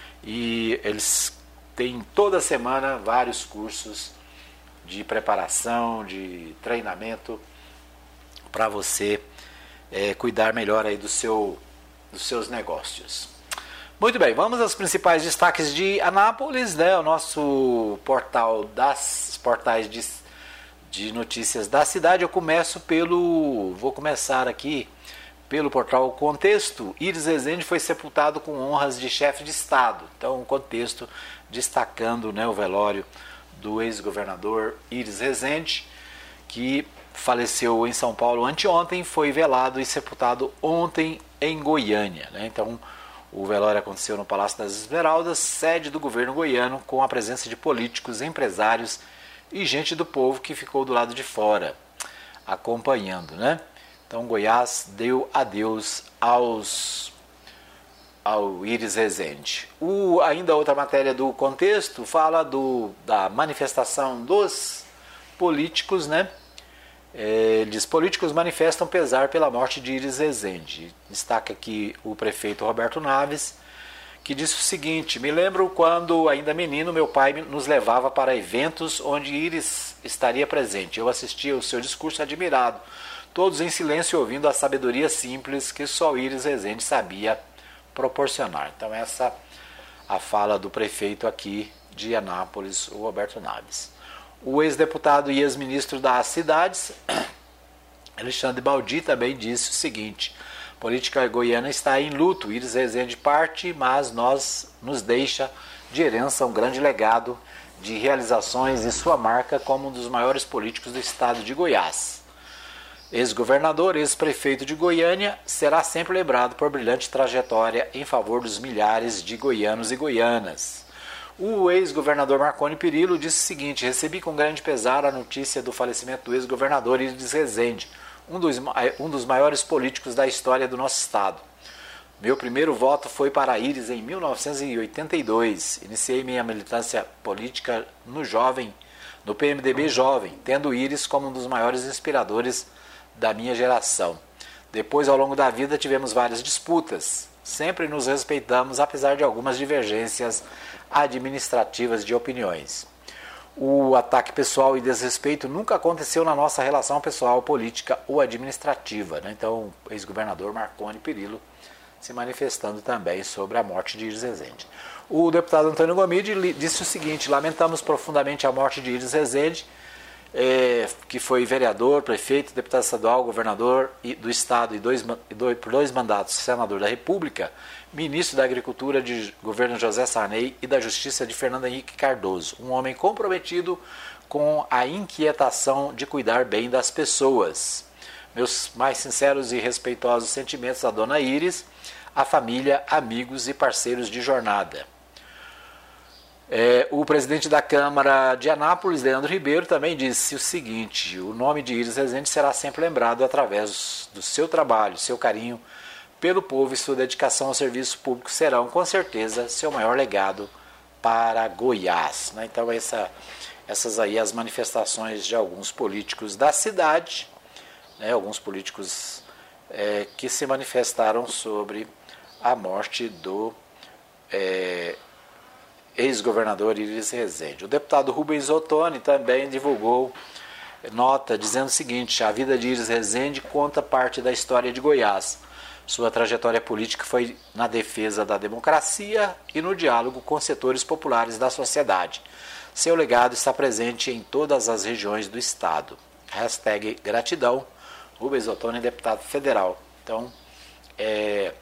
E eles têm toda semana vários cursos de preparação, de treinamento para você é, cuidar melhor aí do seu, dos seus negócios. Muito bem, vamos aos principais destaques de Anápolis, né? O nosso portal das portais de, de notícias da cidade. Eu começo pelo, vou começar aqui pelo portal Contexto. Iris Rezende foi sepultado com honras de chefe de Estado. Então, o Contexto destacando, né, o velório do ex-governador Iris Rezende, que faleceu em São Paulo anteontem, foi velado e sepultado ontem em Goiânia, né? Então, o velório aconteceu no Palácio das Esmeraldas, sede do governo goiano, com a presença de políticos, empresários e gente do povo que ficou do lado de fora, acompanhando, né? Então, Goiás deu adeus aos, ao Iris Rezende. O, ainda outra matéria do Contexto fala do, da manifestação dos políticos, né? É, diz, políticos manifestam pesar pela morte de Iris Rezende. Destaca aqui o prefeito Roberto Naves, que disse o seguinte: me lembro quando ainda menino meu pai nos levava para eventos onde Iris estaria presente. Eu assistia ao seu discurso admirado, todos em silêncio ouvindo a sabedoria simples que só Iris Rezende sabia proporcionar. Então essa a fala do prefeito aqui de Anápolis, o Roberto Naves. O ex-deputado e ex-ministro das cidades, Alexandre Baldi, também disse o seguinte: a política goiana está em luto, Iris Rezende parte, mas nós nos deixa de herança um grande legado de realizações e sua marca como um dos maiores políticos do estado de Goiás. Ex-governador, ex-prefeito de Goiânia, será sempre lembrado por brilhante trajetória em favor dos milhares de goianos e goianas. O ex-governador Marconi Perillo disse o seguinte: recebi com grande pesar a notícia do falecimento do ex-governador Iris Rezende, um dos, um dos maiores políticos da história do nosso estado. Meu primeiro voto foi para Íris em mil novecentos e oitenta e dois. Iniciei minha militância política no jovem, no P M D B jovem, tendo Íris como um dos maiores inspiradores da minha geração. Depois, ao longo da vida, tivemos várias disputas. Sempre nos respeitamos, apesar de algumas divergências administrativas de opiniões. O ataque pessoal e desrespeito nunca aconteceu na nossa relação pessoal, política ou administrativa, né? Então, o ex-governador Marconi Perillo se manifestando também sobre a morte de Íris Rezende. O deputado Antônio Gomide disse o seguinte: lamentamos profundamente a morte de Íris Rezende, é, que foi vereador, prefeito, deputado estadual, governador do estado e dois, dois, por dois mandatos senador da República, ministro da Agricultura de governo José Sarney e da Justiça de Fernando Henrique Cardoso, um homem comprometido com a inquietação de cuidar bem das pessoas. Meus mais sinceros e respeitosos sentimentos à dona Íris, à família, amigos e parceiros de jornada. É, o presidente da Câmara de Anápolis, Leandro Ribeiro, também disse o seguinte: o nome de Íris Rezende será sempre lembrado através do seu trabalho, seu carinho pelo povo e sua dedicação ao serviço público serão, com certeza, seu maior legado para Goiás. Né? Então, essa, essas aí as manifestações de alguns políticos da cidade, né? Alguns políticos é, que se manifestaram sobre a morte do é, ex-governador Íris Rezende. O deputado Rubens Ottoni também divulgou nota dizendo o seguinte: a vida de Íris Rezende conta parte da história de Goiás. Sua trajetória política foi na defesa da democracia e no diálogo com setores populares da sociedade. Seu legado está presente em todas as regiões do estado. Hashtag gratidão, Rubens Ottoni, deputado federal. Então, é,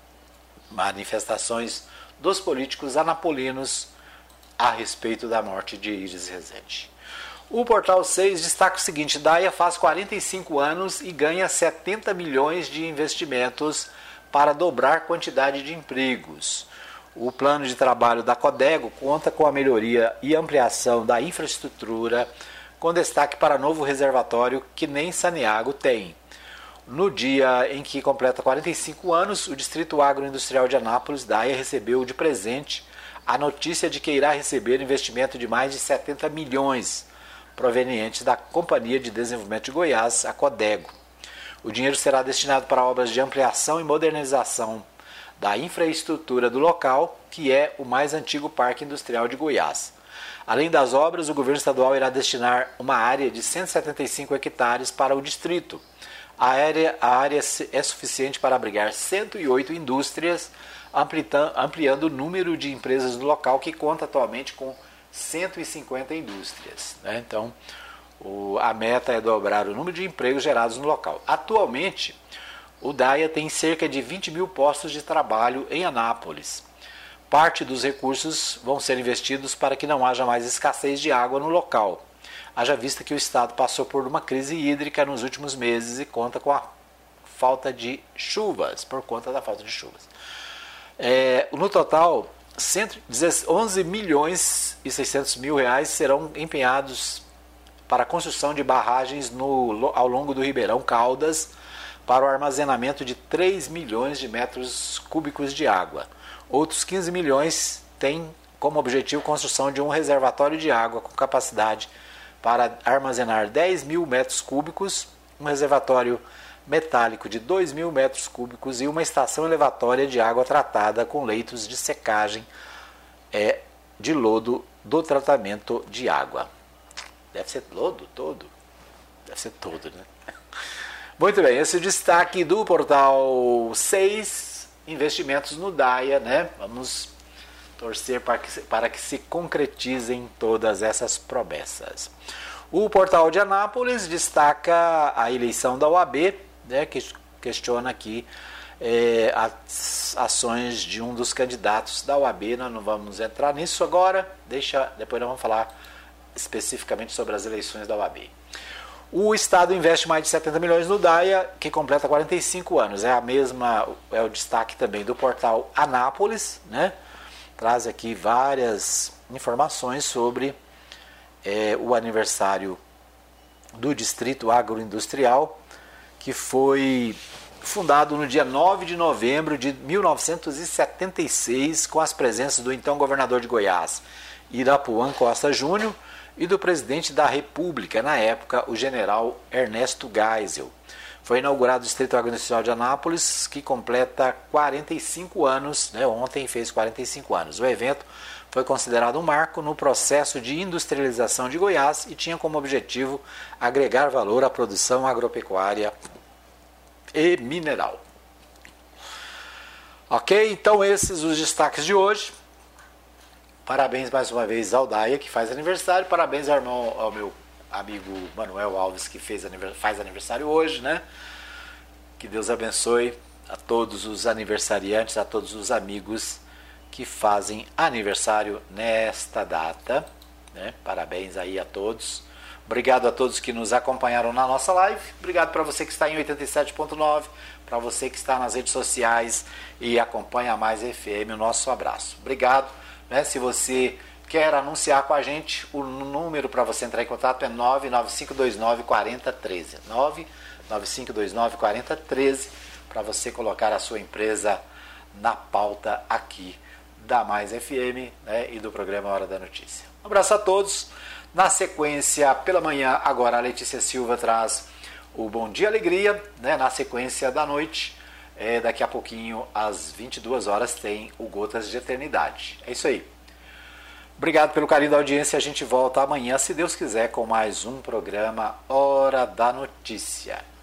manifestações dos políticos anapolinos a respeito da morte de Íris Rezende. O Portal seis destaca o seguinte: Daia faz quarenta e cinco anos e ganha setenta milhões de investimentos para dobrar a quantidade de empregos. O plano de trabalho da Codego conta com a melhoria e ampliação da infraestrutura, com destaque para novo reservatório que nem Saneago tem. No dia em que completa quarenta e cinco anos, o Distrito Agroindustrial de Anápolis, Daia, recebeu de presente a notícia de que irá receber investimento de mais de setenta milhões provenientes da Companhia de Desenvolvimento de Goiás, a Codego. O dinheiro será destinado para obras de ampliação e modernização da infraestrutura do local, que é o mais antigo parque industrial de Goiás. Além das obras, o governo estadual irá destinar uma área de cento e setenta e cinco hectares para o distrito. A área, a área é suficiente para abrigar cento e oito indústrias, ampliando o número de empresas no local, que conta atualmente com cento e cinquenta indústrias. Né? Então, o, a meta é dobrar o número de empregos gerados no local. Atualmente, o Daia tem cerca de vinte mil postos de trabalho em Anápolis. Parte dos recursos vão ser investidos para que não haja mais escassez de água no local. Haja vista que o estado passou por uma crise hídrica nos últimos meses e conta com a falta de chuvas, por conta da falta de chuvas. É, no total, onze milhões e seiscentos mil reais serão empenhados para a construção de barragens no, ao longo do Ribeirão Caldas para o armazenamento de três milhões de metros cúbicos de água. Outros quinze milhões têm como objetivo a construção de um reservatório de água com capacidade para armazenar dez mil metros cúbicos, um reservatório metálico de dois mil metros cúbicos e uma estação elevatória de água tratada com leitos de secagem é, de lodo do tratamento de água. Deve ser lodo todo? Deve ser todo, né? Muito bem, esse é o destaque do Portal seis, investimentos no Daia, né? Vamos torcer para que, para que se concretizem todas essas promessas. O Portal de Anápolis destaca a eleição da O A B, né, que questiona aqui é, as ações de um dos candidatos da O A B. Nós não vamos entrar nisso agora, deixa, depois nós vamos falar especificamente sobre as eleições da O A B. O Estado investe mais de setenta milhões no Daia, que completa quarenta e cinco anos. É a mesma, é o destaque também do Portal Anápolis, né? Traz aqui várias informações sobre é, o aniversário do Distrito Agroindustrial, que foi fundado no dia nove de novembro de mil novecentos e setenta e seis, com as presenças do então governador de Goiás, Irapuã Costa Júnior, e do presidente da República, na época, o general Ernesto Geisel. Foi inaugurado o Distrito Agroindustrial de Anápolis, que completa quarenta e cinco anos, né? Ontem fez quarenta e cinco anos. O evento foi considerado um marco no processo de industrialização de Goiás e tinha como objetivo agregar valor à produção agropecuária e mineral. Ok? Então esses os destaques de hoje. Parabéns mais uma vez ao Daia, que faz aniversário. Parabéns ao, irmão, ao meu amigo Manuel Alves, que fez, faz aniversário hoje, né? Que Deus abençoe a todos os aniversariantes, a todos os amigos que fazem aniversário nesta data, né? Parabéns aí a todos. Obrigado a todos que nos acompanharam na nossa live. Obrigado para você que está em oitenta e sete ponto nove, para você que está nas redes sociais e acompanha a Mais F M, o nosso abraço. Obrigado. Né? Se você quer anunciar com a gente, o número para você entrar em contato é nove nove cinco dois nove quatro zero um três. nove nove cinco dois nove quatro zero um três, para você colocar a sua empresa na pauta aqui da Mais F M, né? E do programa Hora da Notícia. Um abraço a todos. Na sequência, pela manhã, agora a Letícia Silva traz o Bom Dia Alegria, né? Na sequência da noite, é, daqui a pouquinho, às vinte e duas horas, tem o Gotas de Eternidade. É isso aí. Obrigado pelo carinho da audiência. A gente volta amanhã, se Deus quiser, com mais um programa Hora da Notícia.